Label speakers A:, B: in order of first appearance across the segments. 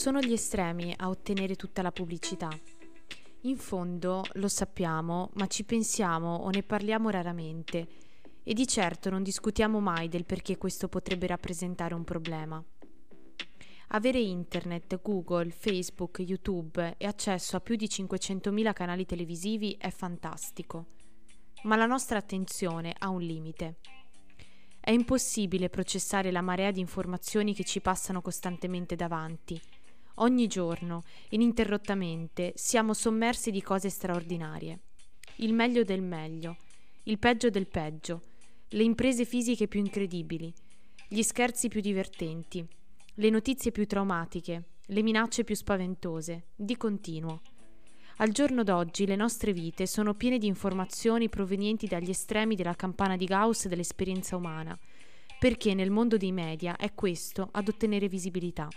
A: Sono gli estremi a ottenere tutta la pubblicità. In fondo lo sappiamo, ma ci pensiamo o ne parliamo raramente e di certo non discutiamo mai del perché questo potrebbe rappresentare un problema. Avere internet, Google, Facebook, YouTube e accesso a più di 500.000 canali televisivi è fantastico, ma la nostra attenzione ha un limite. È impossibile processare la marea di informazioni che ci passano costantemente davanti. Ogni giorno, ininterrottamente, siamo sommersi di cose straordinarie. Il meglio del meglio, il peggio del peggio, le imprese fisiche più incredibili, gli scherzi più divertenti, le notizie più traumatiche, le minacce più spaventose, di continuo. Al giorno d'oggi le nostre vite sono piene di informazioni provenienti dagli estremi della campana di Gauss dell'esperienza umana, perché nel mondo dei media è questo ad ottenere visibilità.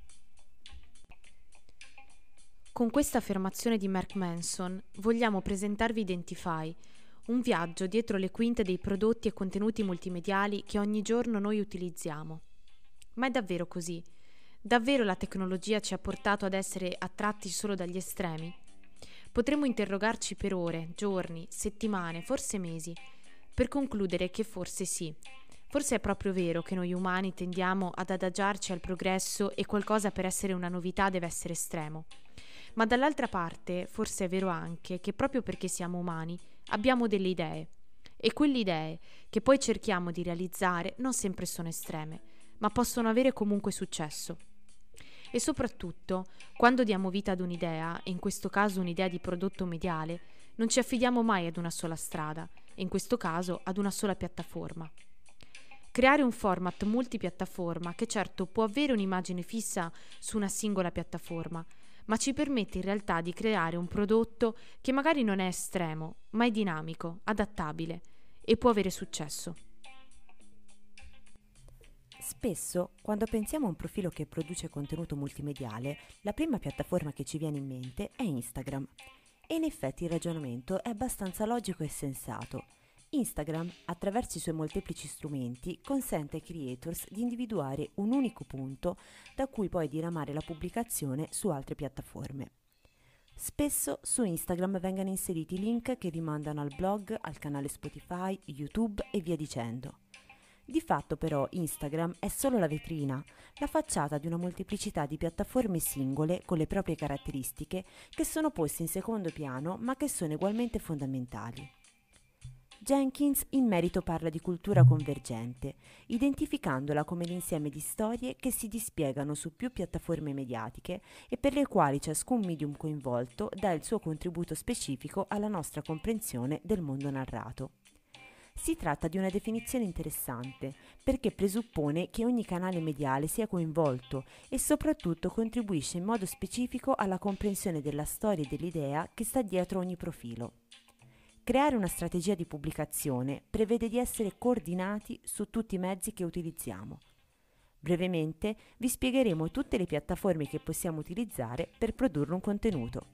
A: Con questa affermazione di Mark Manson vogliamo presentarvi Identify, un viaggio dietro le quinte dei prodotti e contenuti multimediali che ogni giorno noi utilizziamo. Ma è davvero così? Davvero la tecnologia ci ha portato ad essere attratti solo dagli estremi? Potremmo interrogarci per ore, giorni, settimane, forse mesi, per concludere che forse sì. Forse è proprio vero che noi umani tendiamo ad adagiarci al progresso e qualcosa per essere una novità deve essere estremo. Ma dall'altra parte, forse è vero anche che proprio perché siamo umani abbiamo delle idee e quelle idee che poi cerchiamo di realizzare non sempre sono estreme, ma possono avere comunque successo. E soprattutto, quando diamo vita ad un'idea, e in questo caso un'idea di prodotto mediale, non ci affidiamo mai ad una sola strada, e in questo caso ad una sola piattaforma. Creare un format multipiattaforma che certo può avere un'immagine fissa su una singola piattaforma, ma ci permette in realtà di creare un prodotto che magari non è estremo, ma è dinamico, adattabile e può avere successo.
B: Spesso, quando pensiamo a un profilo che produce contenuto multimediale, la prima piattaforma che ci viene in mente è Instagram. E in effetti il ragionamento è abbastanza logico e sensato. Instagram, attraverso i suoi molteplici strumenti, consente ai creators di individuare un unico punto da cui poi diramare la pubblicazione su altre piattaforme. Spesso su Instagram vengono inseriti link che rimandano al blog, al canale Spotify, YouTube e via dicendo. Di fatto però Instagram è solo la vetrina, la facciata di una molteplicità di piattaforme singole con le proprie caratteristiche che sono poste in secondo piano ma che sono ugualmente fondamentali. Jenkins in merito parla di cultura convergente, identificandola come l'insieme di storie che si dispiegano su più piattaforme mediatiche e per le quali ciascun medium coinvolto dà il suo contributo specifico alla nostra comprensione del mondo narrato. Si tratta di una definizione interessante perché presuppone che ogni canale mediale sia coinvolto e soprattutto contribuisce in modo specifico alla comprensione della storia e dell'idea che sta dietro ogni profilo. Creare una strategia di pubblicazione prevede di essere coordinati su tutti i mezzi che utilizziamo. Brevemente vi spiegheremo tutte le piattaforme che possiamo utilizzare per produrre un contenuto.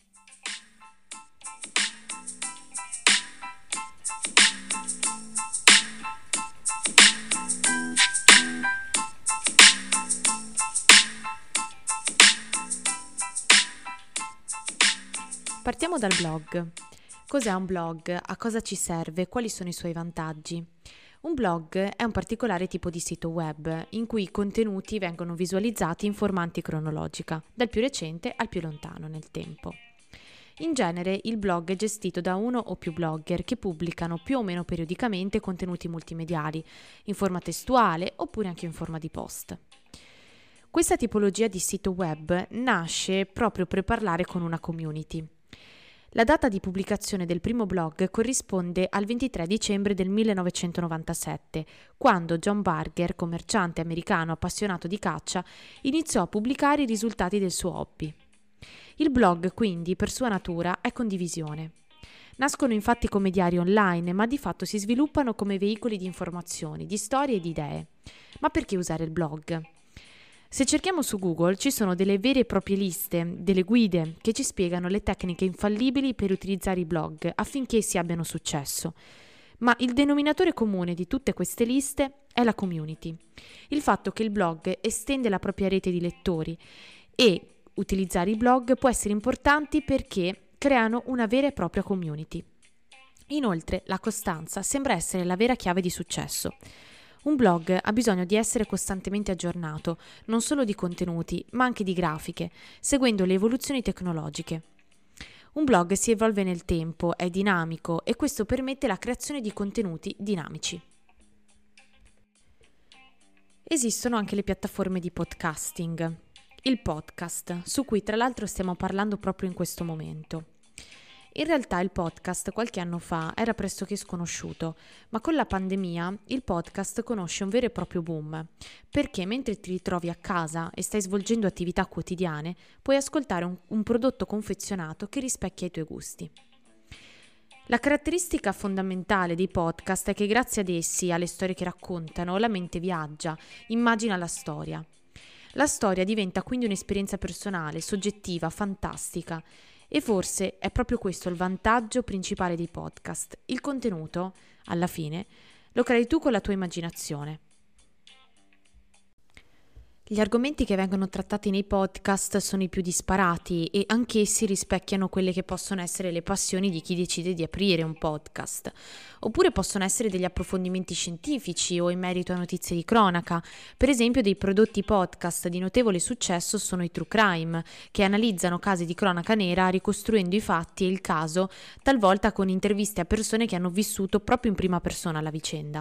A: Partiamo dal blog. Cos'è un blog? A cosa ci serve? Quali sono i suoi vantaggi? Un blog è un particolare tipo di sito web in cui i contenuti vengono visualizzati in forma cronologica, dal più recente al più lontano nel tempo. In genere il blog è gestito da uno o più blogger che pubblicano più o meno periodicamente contenuti multimediali, in forma testuale oppure anche in forma di post. Questa tipologia di sito web nasce proprio per parlare con una community. La data di pubblicazione del primo blog corrisponde al 23 dicembre del 1997, quando John Barger, commerciante americano appassionato di caccia, iniziò a pubblicare i risultati del suo hobby. Il blog, quindi, per sua natura, è condivisione. Nascono infatti come diari online, ma di fatto si sviluppano come veicoli di informazioni, di storie e di idee. Ma perché usare il blog? Se cerchiamo su Google ci sono delle vere e proprie liste, delle guide che ci spiegano le tecniche infallibili per utilizzare i blog affinché essi abbiano successo. Ma il denominatore comune di tutte queste liste è la community, il fatto che il blog estende la propria rete di lettori e utilizzare i blog può essere importante perché creano una vera e propria community. Inoltre, la costanza sembra essere la vera chiave di successo. Un blog ha bisogno di essere costantemente aggiornato, non solo di contenuti, ma anche di grafiche, seguendo le evoluzioni tecnologiche. Un blog si evolve nel tempo, è dinamico e questo permette la creazione di contenuti dinamici. Esistono anche le piattaforme di podcasting, il podcast, su cui tra l'altro stiamo parlando proprio in questo momento. In realtà il podcast qualche anno fa era pressoché sconosciuto, ma con la pandemia il podcast conosce un vero e proprio boom, perché mentre ti ritrovi a casa e stai svolgendo attività quotidiane, puoi ascoltare un prodotto confezionato che rispecchia i tuoi gusti. La caratteristica fondamentale dei podcast è che grazie ad essi, alle storie che raccontano, la mente viaggia, immagina la storia. La storia diventa quindi un'esperienza personale, soggettiva, fantastica. E forse è proprio questo il vantaggio principale dei podcast. Il contenuto, alla fine, lo crei tu con la tua immaginazione. Gli argomenti che vengono trattati nei podcast sono i più disparati e anch'essi rispecchiano quelle che possono essere le passioni di chi decide di aprire un podcast. Oppure possono essere degli approfondimenti scientifici o in merito a notizie di cronaca. Per esempio, dei prodotti podcast di notevole successo sono i True Crime, che analizzano casi di cronaca nera ricostruendo i fatti e il caso, talvolta con interviste a persone che hanno vissuto proprio in prima persona la vicenda.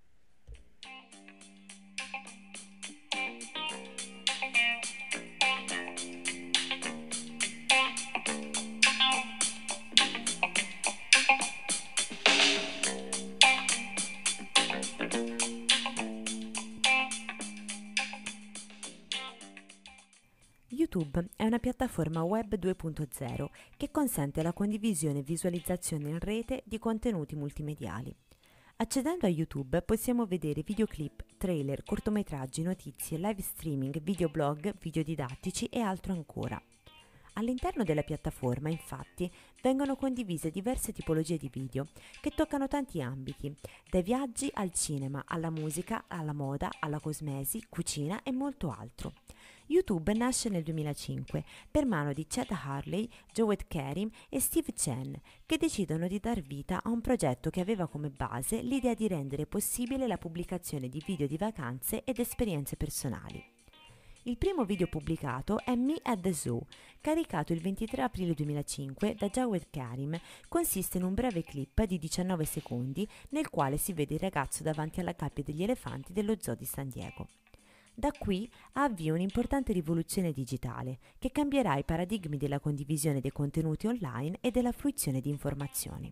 B: YouTube è una piattaforma web 2.0 che consente la condivisione e visualizzazione in rete di contenuti multimediali. Accedendo a YouTube possiamo vedere videoclip, trailer, cortometraggi, notizie, live streaming, videoblog, video didattici e altro ancora. All'interno della piattaforma, infatti, vengono condivise diverse tipologie di video che toccano tanti ambiti, dai viaggi al cinema, alla musica, alla moda, alla cosmesi, cucina e molto altro. YouTube nasce nel 2005 per mano di Chad Hurley, Jawed Karim e Steve Chen, che decidono di dar vita a un progetto che aveva come base l'idea di rendere possibile la pubblicazione di video di vacanze ed esperienze personali. Il primo video pubblicato è Me at the Zoo, caricato il 23 aprile 2005 da Jawed Karim. Consiste in un breve clip di 19 secondi nel quale si vede il ragazzo davanti alla gabbia degli elefanti dello zoo di San Diego. Da qui ha avvio un'importante rivoluzione digitale che cambierà i paradigmi della condivisione dei contenuti online e della fruizione di informazioni.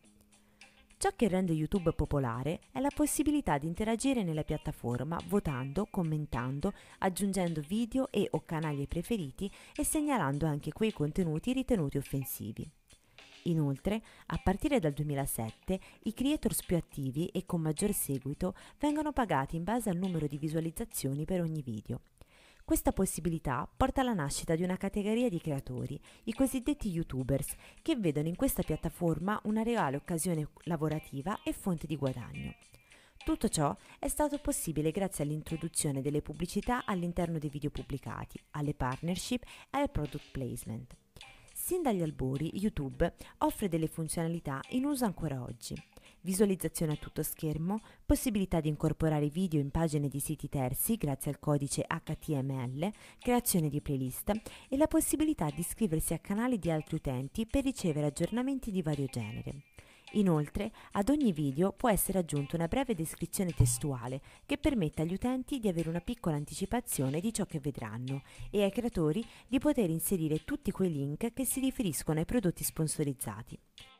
B: Ciò che rende YouTube popolare è la possibilità di interagire nella piattaforma votando, commentando, aggiungendo video e o canali ai preferiti e segnalando anche quei contenuti ritenuti offensivi. Inoltre, a partire dal 2007, i creators più attivi e con maggior seguito vengono pagati in base al numero di visualizzazioni per ogni video. Questa possibilità porta alla nascita di una categoria di creatori, i cosiddetti YouTubers, che vedono in questa piattaforma una reale occasione lavorativa e fonte di guadagno. Tutto ciò è stato possibile grazie all'introduzione delle pubblicità all'interno dei video pubblicati, alle partnership e al product placement. Sin dagli albori, YouTube offre delle funzionalità in uso ancora oggi. Visualizzazione a tutto schermo, possibilità di incorporare video in pagine di siti terzi grazie al codice HTML, creazione di playlist e la possibilità di iscriversi a canali di altri utenti per ricevere aggiornamenti di vario genere. Inoltre, ad ogni video può essere aggiunta una breve descrizione testuale che permette agli utenti di avere una piccola anticipazione di ciò che vedranno e ai creatori di poter inserire tutti quei link che si riferiscono ai prodotti sponsorizzati.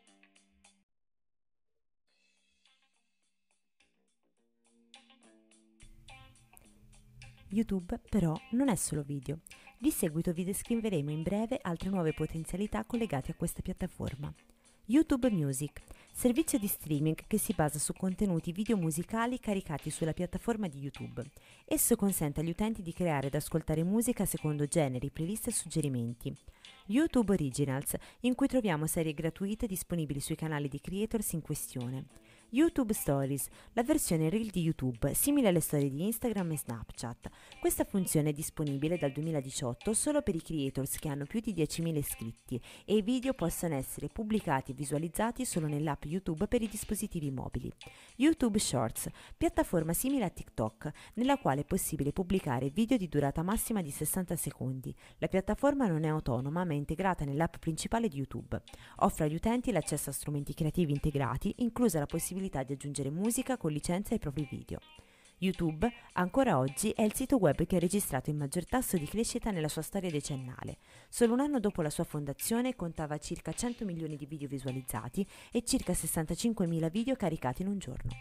B: YouTube però non è solo video. Di seguito vi descriveremo in breve altre nuove potenzialità collegate a questa piattaforma. YouTube Music, servizio di streaming che si basa su contenuti video musicali caricati sulla piattaforma di YouTube. Esso consente agli utenti di creare ed ascoltare musica secondo generi, playlist e suggerimenti. YouTube Originals, in cui troviamo serie gratuite disponibili sui canali di creators in questione. YouTube Stories, la versione Reel di YouTube, simile alle storie di Instagram e Snapchat. Questa funzione è disponibile dal 2018 solo per i creators che hanno più di 10.000 iscritti e i video possono essere pubblicati e visualizzati solo nell'app YouTube per i dispositivi mobili. YouTube Shorts, piattaforma simile a TikTok, nella quale è possibile pubblicare video di durata massima di 60 secondi. La piattaforma non è autonoma ma è integrata nell'app principale di YouTube. Offre agli utenti l'accesso a strumenti creativi integrati, inclusa la possibilità di aggiungere musica con licenza ai propri video. YouTube, ancora oggi, è il sito web che ha registrato il maggior tasso di crescita nella sua storia decennale. Solo un anno dopo la sua fondazione contava circa 100 milioni di video visualizzati e circa 65.000 video caricati in un giorno.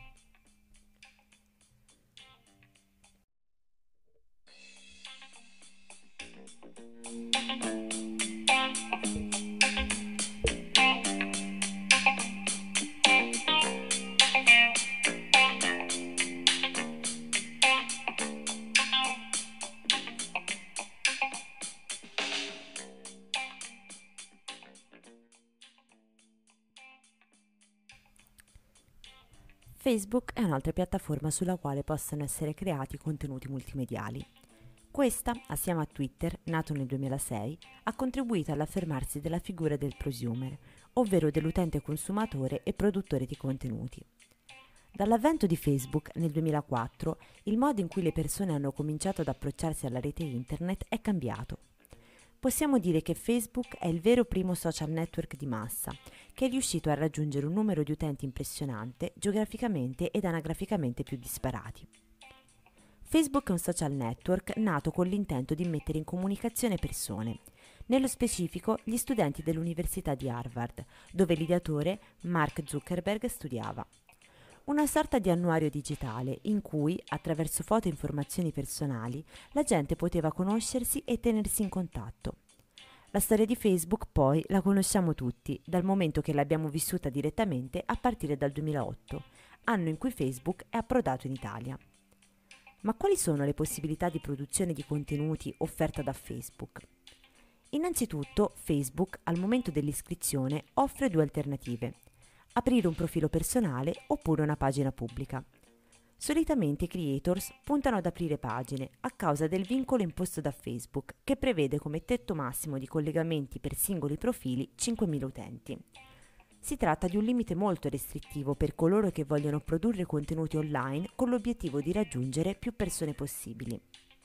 B: Facebook è un'altra piattaforma sulla quale possono essere creati contenuti multimediali. Questa, assieme a Twitter, nato nel 2006, ha contribuito all'affermarsi della figura del prosumer, ovvero dell'utente consumatore e produttore di contenuti. Dall'avvento di Facebook nel 2004, il modo in cui le persone hanno cominciato ad approcciarsi alla rete internet è cambiato. Possiamo dire che Facebook è il vero primo social network di massa, che è riuscito a raggiungere un numero di utenti impressionante, geograficamente ed anagraficamente più disparati. Facebook è un social network nato con l'intento di mettere in comunicazione persone, nello specifico gli studenti dell'Università di Harvard, dove l'ideatore Mark Zuckerberg studiava. Una sorta di annuario digitale in cui, attraverso foto e informazioni personali, la gente poteva conoscersi e tenersi in contatto. La storia di Facebook poi la conosciamo tutti, dal momento che l'abbiamo vissuta direttamente a partire dal 2008, anno in cui Facebook è approdato in Italia. Ma quali sono le possibilità di produzione di contenuti offerta da Facebook? Innanzitutto, Facebook, al momento dell'iscrizione, offre due alternative: aprire un profilo personale oppure una pagina pubblica. Solitamente i creators puntano ad aprire pagine a causa del vincolo imposto da Facebook, che prevede come tetto massimo di collegamenti per singoli profili 5.000 utenti. Si tratta di un limite molto restrittivo per coloro che vogliono produrre contenuti online con l'obiettivo di raggiungere più persone possibili.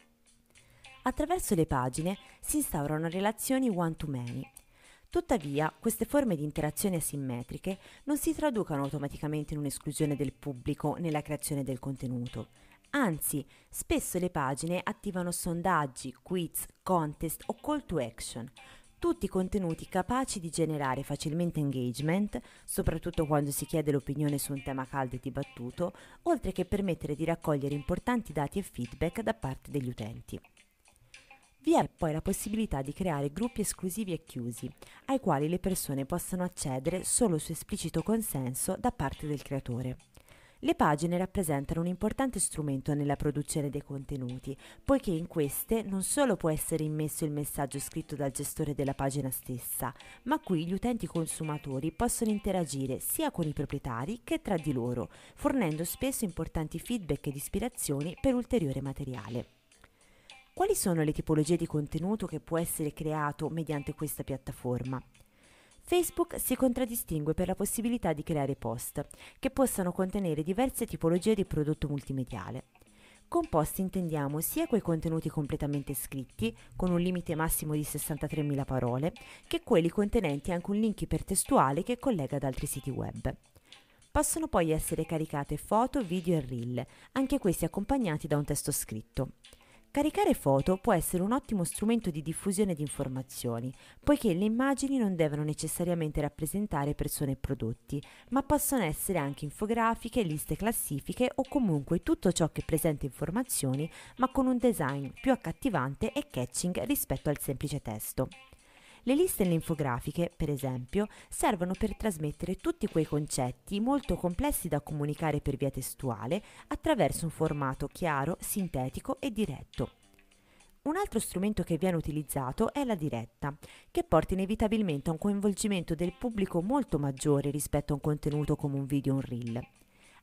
B: Attraverso le pagine si instaurano relazioni one-to-many. Tuttavia, queste forme di interazioni asimmetriche non si traducono automaticamente in un'esclusione del pubblico nella creazione del contenuto. Anzi, spesso le pagine attivano sondaggi, quiz, contest o call to action, tutti contenuti capaci di generare facilmente engagement, soprattutto quando si chiede l'opinione su un tema caldo e dibattuto, oltre che permettere di raccogliere importanti dati e feedback da parte degli utenti. Vi è poi la possibilità di creare gruppi esclusivi e chiusi, ai quali le persone possono accedere solo su esplicito consenso da parte del creatore. Le pagine rappresentano un importante strumento nella produzione dei contenuti, poiché in queste non solo può essere immesso il messaggio scritto dal gestore della pagina stessa, ma qui gli utenti consumatori possono interagire sia con i proprietari che tra di loro, fornendo spesso importanti feedback ed ispirazioni per ulteriore materiale. Quali sono le tipologie di contenuto che può essere creato mediante questa piattaforma? Facebook si contraddistingue per la possibilità di creare post, che possano contenere diverse tipologie di prodotto multimediale. Con post intendiamo sia quei contenuti completamente scritti, con un limite massimo di 63.000 parole, che quelli contenenti anche un link ipertestuale che collega ad altri siti web. Possono poi essere caricate foto, video e reel, anche questi accompagnati da un testo scritto. Caricare foto può essere un ottimo strumento di diffusione di informazioni, poiché le immagini non devono necessariamente rappresentare persone e prodotti, ma possono essere anche infografiche, liste classifiche o comunque tutto ciò che presenta informazioni, ma con un design più accattivante e catching rispetto al semplice testo. Le liste e le infografiche, per esempio, servono per trasmettere tutti quei concetti molto complessi da comunicare per via testuale attraverso un formato chiaro, sintetico e diretto. Un altro strumento che viene utilizzato è la diretta, che porta inevitabilmente a un coinvolgimento del pubblico molto maggiore rispetto a un contenuto come un video o un reel.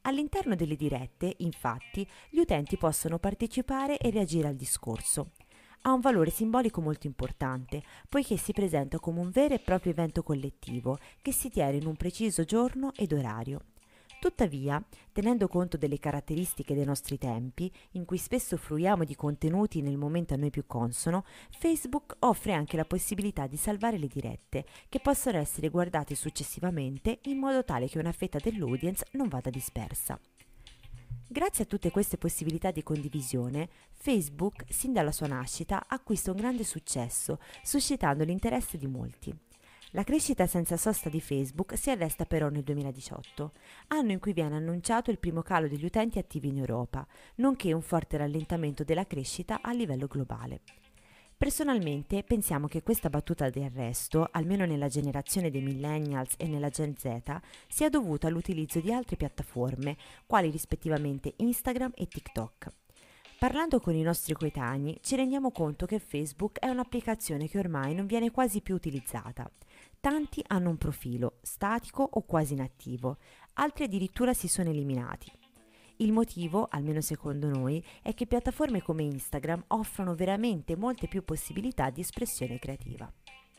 B: All'interno delle dirette, infatti, gli utenti possono partecipare e reagire al discorso. Ha un valore simbolico molto importante, poiché si presenta come un vero e proprio evento collettivo che si tiene in un preciso giorno ed orario. Tuttavia, tenendo conto delle caratteristiche dei nostri tempi, in cui spesso fruiamo di contenuti nel momento a noi più consono, Facebook offre anche la possibilità di salvare le dirette, che possono essere guardate successivamente in modo tale che una fetta dell'audience non vada dispersa. Grazie a tutte queste possibilità di condivisione, Facebook, sin dalla sua nascita, acquista un grande successo, suscitando l'interesse di molti. La crescita senza sosta di Facebook si arresta però nel 2018, anno in cui viene annunciato il primo calo degli utenti attivi in Europa, nonché un forte rallentamento della crescita a livello globale. Personalmente pensiamo che questa battuta di arresto, almeno nella generazione dei millennials e nella Gen Z, sia dovuta all'utilizzo di altre piattaforme, quali rispettivamente Instagram e TikTok. Parlando con i nostri coetanei ci rendiamo conto che Facebook è un'applicazione che ormai non viene quasi più utilizzata. Tanti hanno un profilo statico o quasi inattivo, altri addirittura si sono eliminati. Il motivo, almeno secondo noi, è che piattaforme come Instagram offrono veramente molte più possibilità di espressione creativa.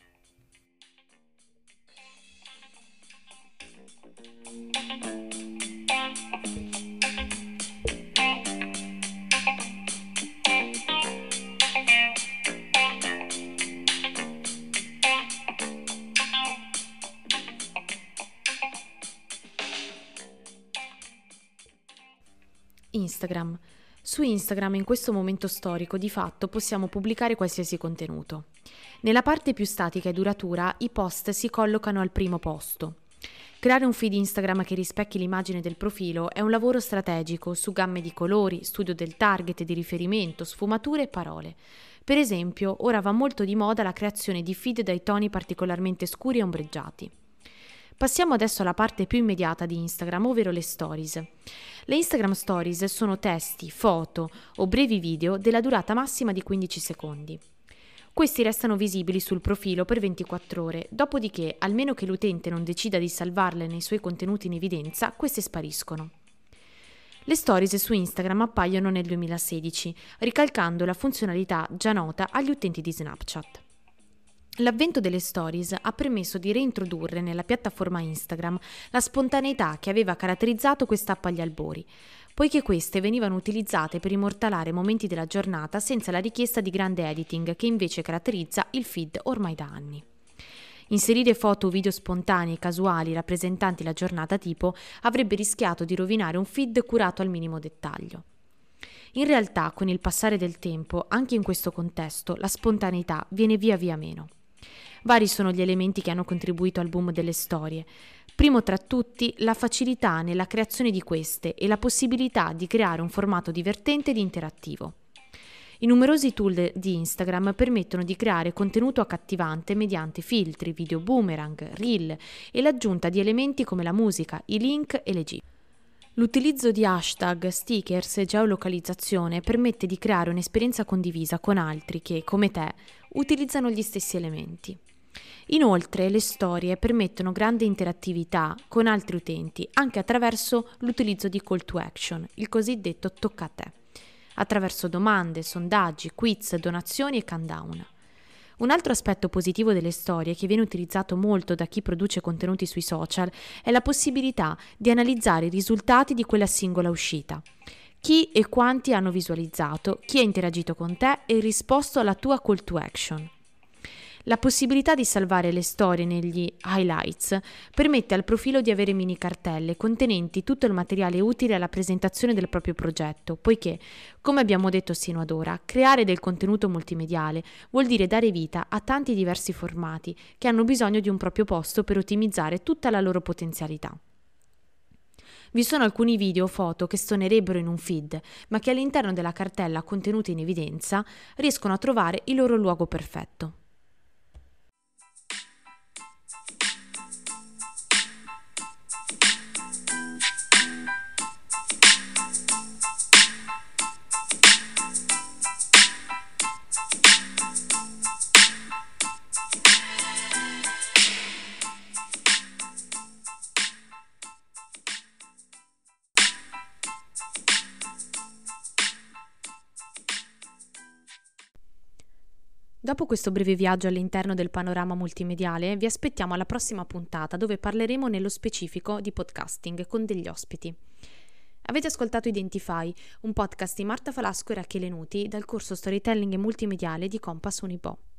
A: Instagram. Su Instagram in questo momento storico di fatto possiamo pubblicare qualsiasi contenuto. Nella parte più statica e duratura i post si collocano al primo posto. Creare un feed Instagram che rispecchi l'immagine del profilo è un lavoro strategico su gamme di colori, studio del target e di riferimento, sfumature e parole. Per esempio, ora va molto di moda la creazione di feed dai toni particolarmente scuri e ombreggiati. Passiamo adesso alla parte più immediata di Instagram, ovvero le stories. Le Instagram Stories sono testi, foto o brevi video della durata massima di 15 secondi. Questi restano visibili sul profilo per 24 ore, dopodiché, almeno che l'utente non decida di salvarle nei suoi contenuti in evidenza, queste spariscono. Le stories su Instagram appaiono nel 2016, ricalcando la funzionalità già nota agli utenti di Snapchat. L'avvento delle stories ha permesso di reintrodurre nella piattaforma Instagram la spontaneità che aveva caratterizzato quest'app agli albori, poiché queste venivano utilizzate per immortalare momenti della giornata senza la richiesta di grande editing che invece caratterizza il feed ormai da anni. Inserire foto o video spontanei e casuali rappresentanti la giornata tipo avrebbe rischiato di rovinare un feed curato al minimo dettaglio. In realtà, con il passare del tempo, anche in questo contesto, la spontaneità viene via via meno. Vari sono gli elementi che hanno contribuito al boom delle storie. Primo tra tutti, la facilità nella creazione di queste e la possibilità di creare un formato divertente ed interattivo. I numerosi tool di Instagram permettono di creare contenuto accattivante mediante filtri, video boomerang, reel e l'aggiunta di elementi come la musica, i link e le GIF. L'utilizzo di hashtag, stickers e geolocalizzazione permette di creare un'esperienza condivisa con altri che, come te, utilizzano gli stessi elementi. Inoltre, le storie permettono grande interattività con altri utenti anche attraverso l'utilizzo di call to action, il cosiddetto tocca a te, attraverso domande, sondaggi, quiz, donazioni e countdown. Un altro aspetto positivo delle storie che viene utilizzato molto da chi produce contenuti sui social è la possibilità di analizzare i risultati di quella singola uscita. Chi e quanti hanno visualizzato, chi ha interagito con te e risposto alla tua call to action. La possibilità di salvare le storie negli highlights permette al profilo di avere mini cartelle contenenti tutto il materiale utile alla presentazione del proprio progetto, poiché, come abbiamo detto sino ad ora, creare del contenuto multimediale vuol dire dare vita a tanti diversi formati che hanno bisogno di un proprio posto per ottimizzare tutta la loro potenzialità. Vi sono alcuni video o foto che stonerebbero in un feed, ma che all'interno della cartella contenuti in evidenza riescono a trovare il loro luogo perfetto. Dopo questo breve viaggio all'interno del panorama multimediale, vi aspettiamo alla prossima puntata dove parleremo nello specifico di podcasting con degli ospiti. Avete ascoltato Identify, un podcast di Marta Falasco e Rachele Nuti dal corso Storytelling e Multimediale di Compass Unipo.